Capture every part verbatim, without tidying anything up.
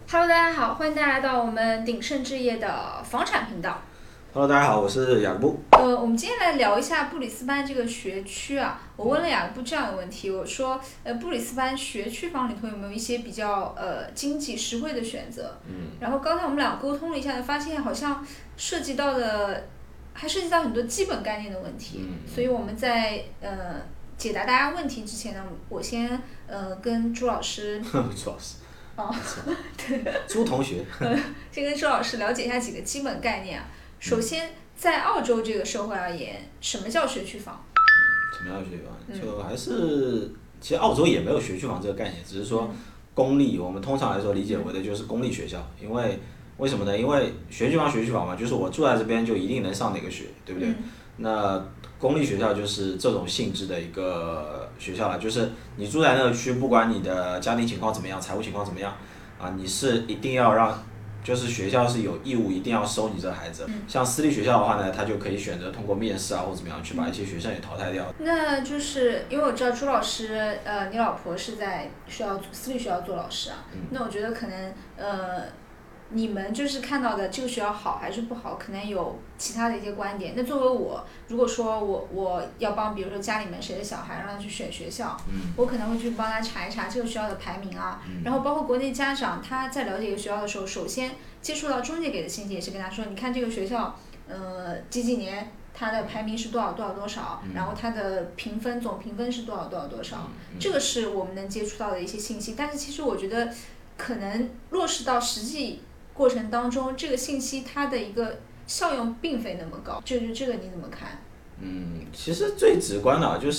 Hello，大家好，欢迎大家来到我们鼎盛置业的房产频道。 Hello，大家好，我是雅各布。 呃，我们今天来聊一下布里斯班这个学区啊。我问了雅各布这样的问题，我说，呃，布里斯班学区房里头有没有一些比较呃经济实惠的选择？ 嗯。 然后刚才我们俩沟通了一下，发现好像涉及到的，还涉及到很多基本概念的问题。 嗯。 所以我们在呃解答大家问题之前呢，我先呃跟朱老师。 朱老师。 哦，对。 朱同学。 先跟朱老师了解一下几个基本概念啊。首先，在澳洲这个社会而言，什么叫学区房？ 什么叫学区房？就还是，其实澳洲也没有学区房这个概念，只是说公立，我们通常来说理解为的就是公立学校。因为为什么呢？因为学区房学区房嘛，就是我住在这边就一定能上哪个学，对不对？ 嗯、 那公立学校就是这种性质的一个学校了，就是你住在那个区，不管你的家庭情况怎么样，财务情况怎么样，啊，你是一定要让。就是学校是有义务一定要收你这个孩子， 嗯、 像私立学校的话呢，他就可以选择通过面试啊或怎么样去把一些学生也淘汰掉。 那就是因为我知道朱老师，呃，你老婆是在学校私立学校做老师啊， 嗯、 那我觉得可能呃。你们就是看到的这个学校好还是不好，可能有其他的一些观点。那作为我，如果说我我要帮，比如说家里面谁的小孩让他去选学校， 嗯、 我可能会去帮他查一查这个学校的排名啊， 嗯、 然后包括国内家长他在了解一个学校的时候，首先接触到中介给的信息也是跟他说，你看这个学校，呃几几年它的排名是多少多少多少， 嗯、 然后它的评分总评分是多少多少多少， 嗯、 这个是我们能接触到的一些信息。但是其实我觉得，可能落实到实际过程当中，这个信息它的一个效用并非那么高，就是这个你怎么看？ 嗯，其实最直观的就是，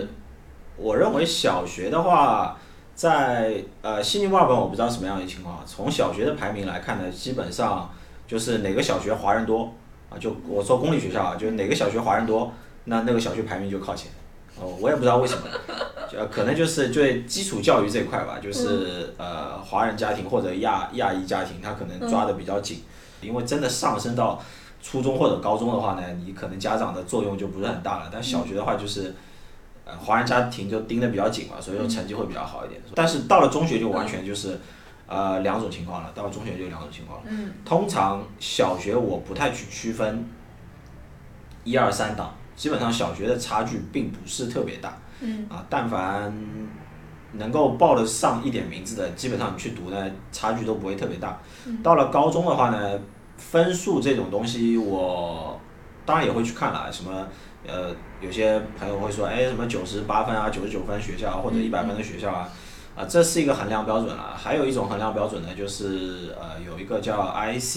我认为小学的话，在呃悉尼墨尔本我不知道什么样的情况，从小学的排名来看呢，基本上就是哪个小学华人多啊，就我说公立学校啊，就是哪个小学华人多，那那个小学排名就靠前。哦，我也不知道为什么，呃，可能就是对基础教育这一块吧，就是呃华人家庭或者亚亚裔家庭，他可能抓得比较紧，因为真的上升到初中或者高中的话呢，你可能家长的作用就不是很大了，但小学的话就是，呃华人家庭就盯得比较紧嘛，所以说成绩会比较好一点。但是到了中学就完全就是，呃两种情况了，到了中学就两种情况了。通常小学我不太去区分一二三档。基本上小学的差距并不是特别大， 嗯、 啊，但凡能够报得上一点名字的，基本上你去读呢，差距都不会特别大。 嗯、 到了高中的话呢，分数这种东西我当然也会去看了，什么呃，有些朋友会说，哎，什么九十八分啊，九十九分学校或者一百分的学校啊，啊，这是一个衡量标准了。还有一种衡量标准呢，就是呃，有一个叫 I C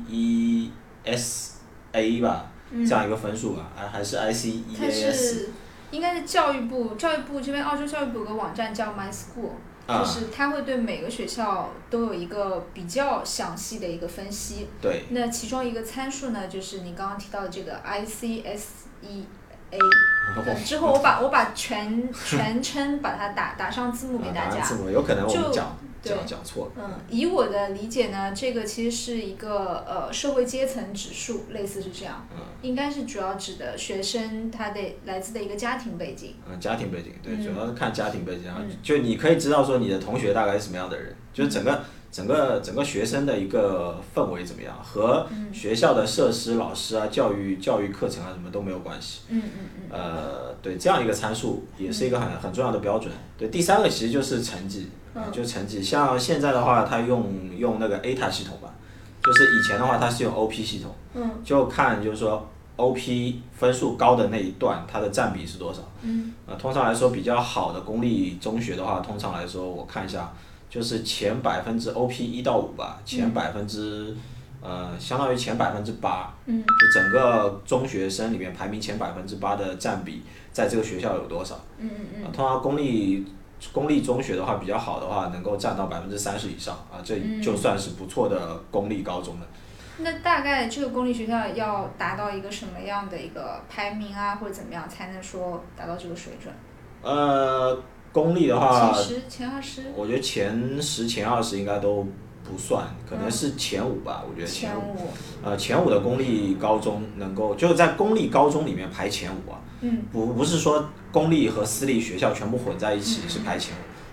E S A 吧。这样一个分数吧，还还是 I C E A S。 它是应该是教育部，教育部这边澳洲教育部有个网站叫 My School，、啊、就是它会对每个学校都有一个比较详细的一个分析。 对。 那其中一个参数呢，就是你刚刚提到的这个 I C S E A。嗯、之后我把我把全全称把它打打上字幕给大家。 啊、字幕有可能我们讲。 对， 讲错了。 嗯，以我的理解呢，这个其实是一个呃社会阶层指数，类似是这样。 嗯。 应该是主要指的学生他的来自的一个家庭背景。 嗯，家庭背景，对， 嗯、 主要是看家庭背景， 嗯、 就你可以知道说你的同学大概是什么样的人，就是整个整个整个学生的一个氛围怎么样，和学校的设施、老师啊、教育教育课程啊什么都没有关系。 嗯嗯嗯。 呃，对，这样一个参数也是一个很很重要的标准。对，第三个其实就是成绩。 嗯、 就成绩，像现在的话，他用用那个 A T A 系统吧，就是以前的话，它是用 O P 系统， 嗯、 就看就是说 O P 分数高的那一段，它的占比是多少。 嗯。 呃，通常来说，比较好的公立中学的话，通常来说，我看一下，就是前百分之 O P 一到五吧，前百分之，呃，相当于前百分之八， 嗯， 就整个中学生里面排名前百分之八的占比，在这个学校有多少？ 嗯嗯嗯。 呃、通常公立。公立中学的话比较好的话，能够占到百分之三十以上啊，这就算是不错的公立高中了。 嗯、那大概这个公立学校要达到一个什么样的一个排名啊，或者怎么样才能说达到这个水准？ 呃，公立的话， 前十、前二十， 我觉得前十、前二十应该都不算，可能是前五吧。嗯、我觉得前五，呃，前五的公立高中能够就是在公立高中里面排前五啊。 嗯。 不不是说公立和私立学校全部混在一起是排前五，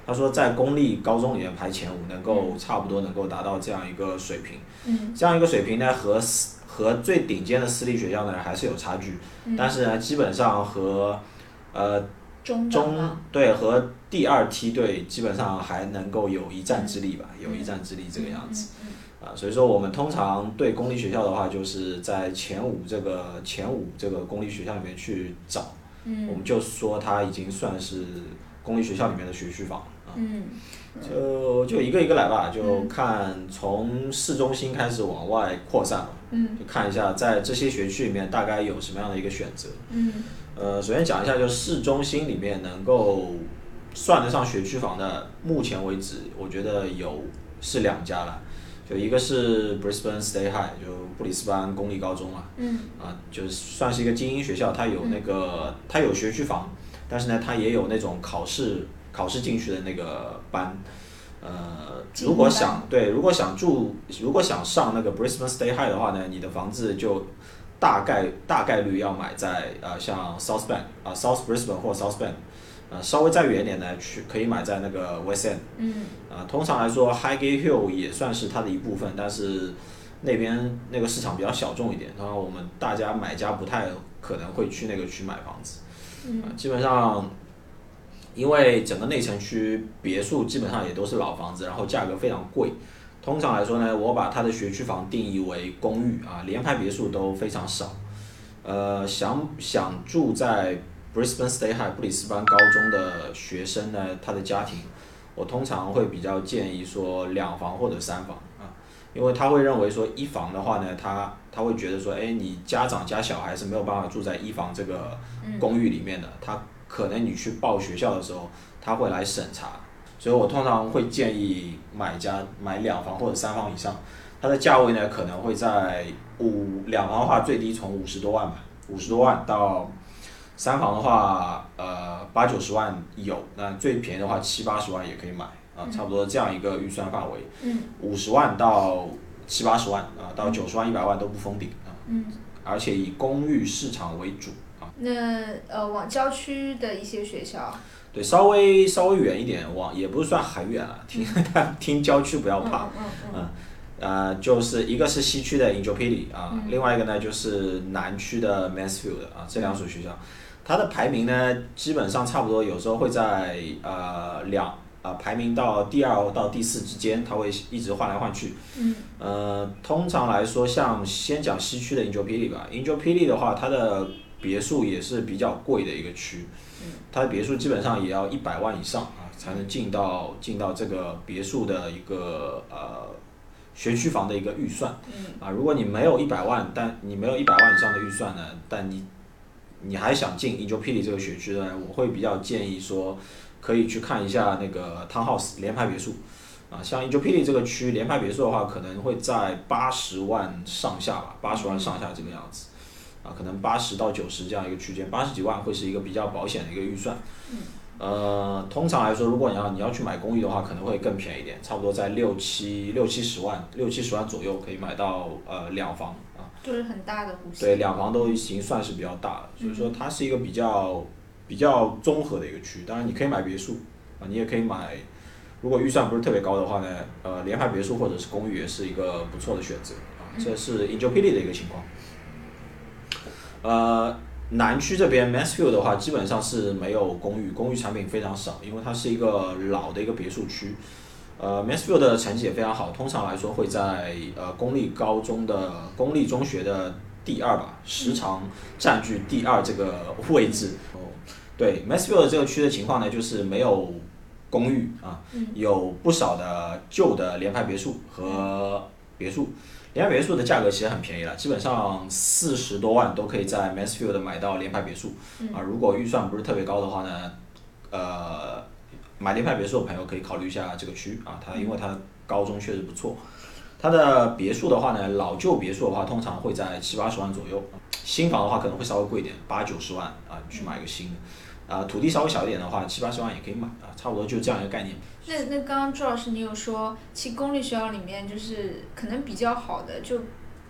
他说在公立高中里面排前五，能够差不多能够达到这样一个水平。 嗯。 这样一个水平呢，和和最顶尖的私立学校呢还是有差距， 嗯、 但是呢，基本上和呃中中对和第二梯队基本上还能够有一战之力吧， 嗯、 有一战之力这个样子。 嗯嗯啊，所以说我们通常对公立学校的话，就是在前五这个前五这个公立学校里面去找， 嗯、 我们就说它已经算是公立学校里面的学区房啊。 嗯。 就就一个一个来吧，就看从市中心开始往外扩散嘛， 嗯、 就看一下在这些学区里面大概有什么样的一个选择。 嗯。 呃，首先讲一下，就市中心里面能够算得上学区房的，目前为止我觉得有是两家了。就一个是 Brisbane State High， 就布里斯班公立高中啊， 嗯、 啊，就是算是一个精英学校，它有那个、嗯、它有学区房，但是呢，它也有那种考试考试进去的那个班，呃，如果想对，如果想住，如果想上那个 Brisbane State High 的话呢，你的房子就大概大概率要买在呃像 South Bank 啊、呃、South Brisbane 或 South Bank。呃，稍微再远一点呢，去可以买在那个 West End。 嗯。 呃，通常来说 Highgate Hill 也算是它的一部分，但是那边那个市场比较小众一点，然后我们大家买家不太可能会去那个区买房子。 嗯。 呃、基本上，因为整个内城区别墅基本上也都是老房子，然后价格非常贵。通常来说呢，我把它的学区房定义为公寓啊，联排别墅都非常少。呃，想想住在Brisbane State High 布里斯班高中的学生呢，他的家庭，我通常会比较建议说两房或者三房啊，因为他会认为说一房的话呢，他他会觉得说，哎，你家长加小孩是没有办法住在一房这个公寓里面的，他可能你去报学校的时候，他会来审查，所以我通常会建议买家买两房或者三房以上，它的价位呢可能会在五两房的话最低从五十多万吧，五十多万到。三房的话，呃，八九十万有，那最便宜的话七八十万也可以买啊，差不多这样一个预算范围。 嗯。 五十万到七八十万啊，到九十万、一百万都不封顶啊。 嗯。 而且以公寓市场为主啊。 那呃，往郊区的一些学校。 对，稍微稍微远一点，往也不是算很远了，听听郊区不要怕。 嗯嗯嗯。 嗯呃，就是一个是西区的 Indooroopilly 啊、嗯，另外一个呢就是南区的 Mansfield 啊，这两所学校，它的排名呢基本上差不多，有时候会在呃两呃排名到第二到第四之间，它会一直换来换去。 嗯。 呃，通常来说，像先讲西区的 Indooroopilly 吧 ，Indooroopilly 的话，它的别墅也是比较贵的一个区，它的别墅基本上也要一百万以上啊，才能进到进到这个别墅的一个呃。学区房的一个预算，啊，如果你没有一百万，但你没有一百万以上的预算呢，但你你还想进 Indooroopilly 这个学区呢，我会比较建议说，可以去看一下那个 townhouse 联排别墅，啊，像 Indooroopilly 这个区联排别墅的话，可能会在八十万上下吧，八十万上下这个样子，啊，可能八十到九十这样一个区间，八十几万会是一个比较保险的一个预算。呃，通常来说，如果你要你要去买公寓的话，可能会更便宜一点，差不多在六七六七十万，六七十万左右可以买到呃两房啊。 就是很大的户型。 对，两房都已经算是比较大了，所以说它是一个比较比较综合的一个区。当然，你可以买别墅啊，你也可以买，如果预算不是特别高的话呢，呃，联排别墅或者是公寓也是一个不错的选择啊。这是 Indooroopilly 的一个情况。呃。南区这边 Mansfield 的话，基本上是没有公寓，公寓产品非常少，因为它是一个老的一个别墅区。呃 ，Mansfield 的成绩也非常好，通常来说会在呃公立高中的公立中学的第二吧，时常占据第二这个位置。哦，对 Mansfield 这个区的情况呢，就是没有公寓啊，有不少的旧的联排别墅和别墅。联排别墅的价格其实很便宜了，基本上四十多万都可以在 Mansfield 买到联排别墅。啊，如果预算不是特别高的话呢，呃，买联排别墅的朋友可以考虑一下这个区啊，它因为它高中确实不错。它的别墅的话呢，老旧别墅的话通常会在七八十万左右，新房的话可能会稍微贵一点，八九十万啊，你去买个新的。啊，土地稍微小一点的话，七八十万也可以买啊，差不多就这样一个概念。 那那刚刚朱老师你有说，其实公立学校里面就是可能比较好的，就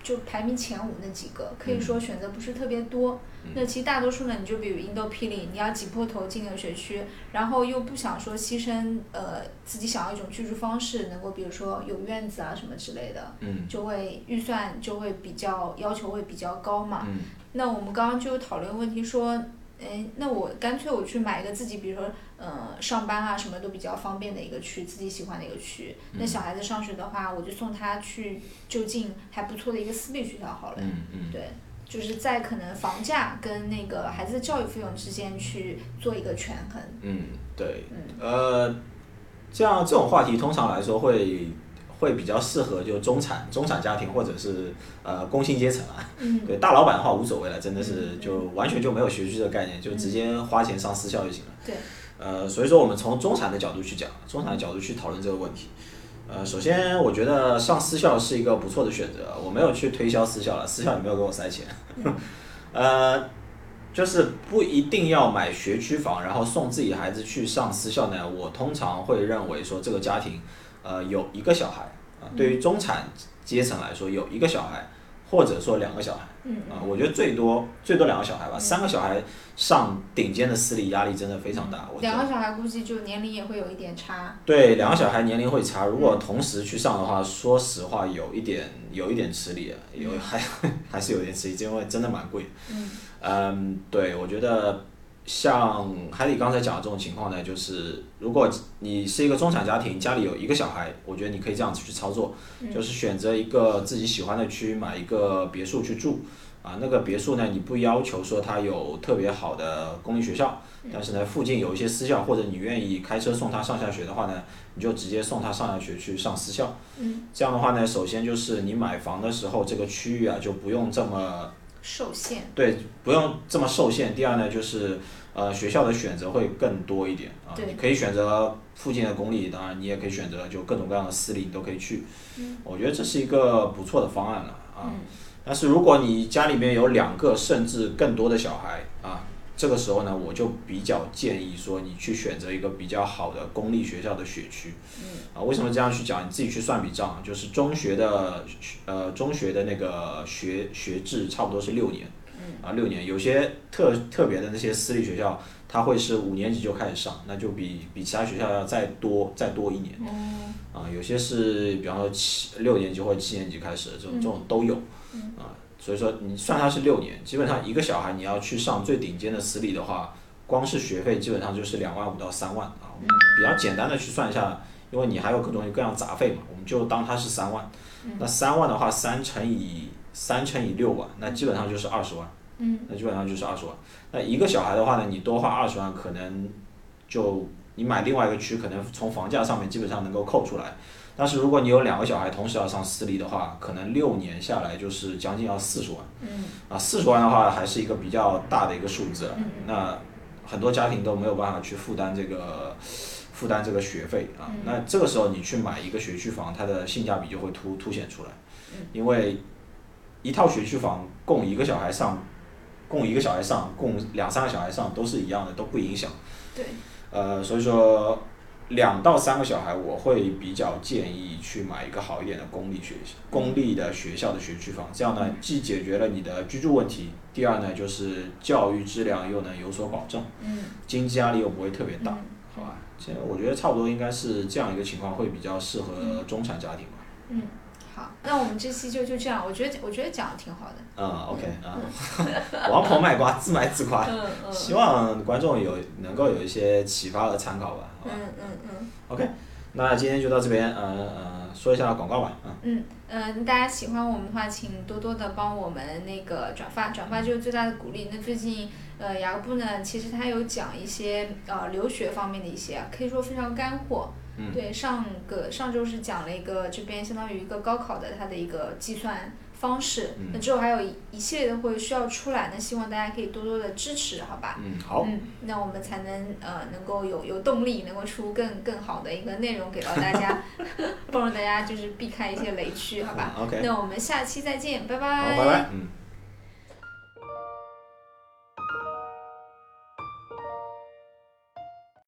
就排名前五那几个，可以说选择不是特别多。 嗯、 那其实大多数呢，你就比如英豆霹雳，你要挤破头进那个学区，然后又不想说牺牲呃自己想要一种居住方式，能够比如说有院子啊什么之类的， 嗯、 就会预算就会比较要求会比较高嘛。 嗯、 那我们刚刚就有讨论问题说。哎，那我干脆我去买一个自己，比如说，呃，上班啊什么都比较方便的一个区，自己喜欢的一个区。 嗯、 那小孩子上学的话，我就送他去就近还不错的一个私立学校好了。 嗯嗯。 对，就是在可能房价跟那个孩子的教育费用之间去做一个权衡。 嗯，对。 嗯。 呃，这样这种话题通常来说会。会比较适合就中产中产家庭或者是呃工薪阶层啊， 嗯、 对大老板的话无所谓了，真的是嗯、 就完全就没有学区的概念，嗯、就直接花钱上私校就行了。 对。 呃，所以说我们从中产的角度去讲，中产的角度去讨论这个问题。呃，首先我觉得上私校是一个不错的选择，我没有去推销私校了，私校也没有给我塞钱。 嗯、 呃，就是不一定要买学区房，然后送自己孩子去上私校呢。我通常会认为说这个家庭。呃，有一个小孩啊，对于中产阶层来说，有一个小孩，或者说两个小孩， 嗯啊，我觉得最多最多两个小孩吧，三个小孩上顶尖的私立压力真的非常大。我两个小孩估计就年龄也会有一点差。 对，两个小孩年龄会差，如果同时去上的话，说实话有一点有一点吃力，有还还是有点吃力，因为真的蛮贵的。 嗯。 嗯，对，我觉得。像海里刚才讲的这种情况呢，就是如果你是一个中产家庭，家里有一个小孩，我觉得你可以这样子去操作， 嗯、 就是选择一个自己喜欢的区，买一个别墅去住，啊，那个别墅呢，你不要求说它有特别好的公立学校，但是呢，附近有一些私校，或者你愿意开车送他上下学的话呢，你就直接送他上下学去上私校。 嗯、 这样的话呢，首先就是你买房的时候，这个区域啊就不用这么受限。 对，不用这么受限。第二呢，就是呃学校的选择会更多一点啊，你可以选择附近的公立，当然你也可以选择就各种各样的私立，你都可以去。 嗯、 我觉得这是一个不错的方案了啊。 嗯、 但是如果你家里面有两个甚至更多的小孩啊，这个时候呢，我就比较建议说你去选择一个比较好的公立学校的学区。 嗯、 啊，为什么这样去讲？你自己去算笔账，就是中学的呃中学的那个学学制差不多是六年。啊，六年，有些特特别的那些私立学校，它会是五年级就开始上，那就比比其他学校要再多再多一年。 嗯、 啊，有些是比方说七六年级或者七年级开始的这种、嗯、这种都有。 嗯、 啊，所以说你算它是六年，基本上一个小孩你要去上最顶尖的私立的话，光是学费基本上就是两万五到三万啊。我们比较简单的去算一下，因为你还有各种各样杂费嘛，我们就当它是三万。 嗯、 那三万的话，三乘以三乘以六万，那基本上就是二十万。 嗯， 那基本上就是二十万。那一个小孩的话呢，你多花二十万，可能就你买另外一个区，可能从房价上面基本上能够扣出来。但是如果你有两个小孩同时要上私立的话，可能六年下来就是将近要四十万。 嗯。 啊，四十万的话还是一个比较大的一个数字了。 嗯。 那很多家庭都没有办法去负担这个负担这个学费啊。 嗯、 那这个时候你去买一个学区房，它的性价比就会凸凸显出来。 嗯。 因为一套学区房供一个小孩上。供一个小孩上，供两三个小孩上都是一样的，都不影响。 对。 呃，所以说两到三个小孩，我会比较建议去买一个好一点的公立学校、公立的学校的学区房，这样呢，既解决了你的居住问题，第二呢，就是教育质量又能有所保证， 嗯， 经济压力又不会特别大， 嗯、 好吧？现在我觉得差不多应该是这样一个情况，会比较适合中产家庭吧。 嗯。好，那我们这期就就这样，我觉得我觉得讲的挺好的。 嗯 ，OK 啊，王婆卖瓜，自卖自夸。 嗯嗯。 希望观众有能够有一些启发和参考吧。 嗯嗯嗯。 OK， 那今天就到这边，呃呃，说一下广告吧，嗯。 嗯嗯、呃，大家喜欢我们的话，请多多的帮我们那个转发，转发就是最大的鼓励。那最近呃雅各布呢，其实他有讲一些呃留学方面的一些，可以说非常干货。 嗯、 对，上个上周是讲了一个这边相当于一个高考的它的一个计算方式， 嗯、 那之后还有一一系列的会需要出来，那希望大家可以多多的支持，好吧？ 嗯，好。 嗯，那我们才能呃能够有有动力，能够出更更好的一个内容给到大家，帮助大家就是避开一些雷区，好吧？ 嗯、OK。 那我们下期再见，拜拜。 好，拜拜。嗯。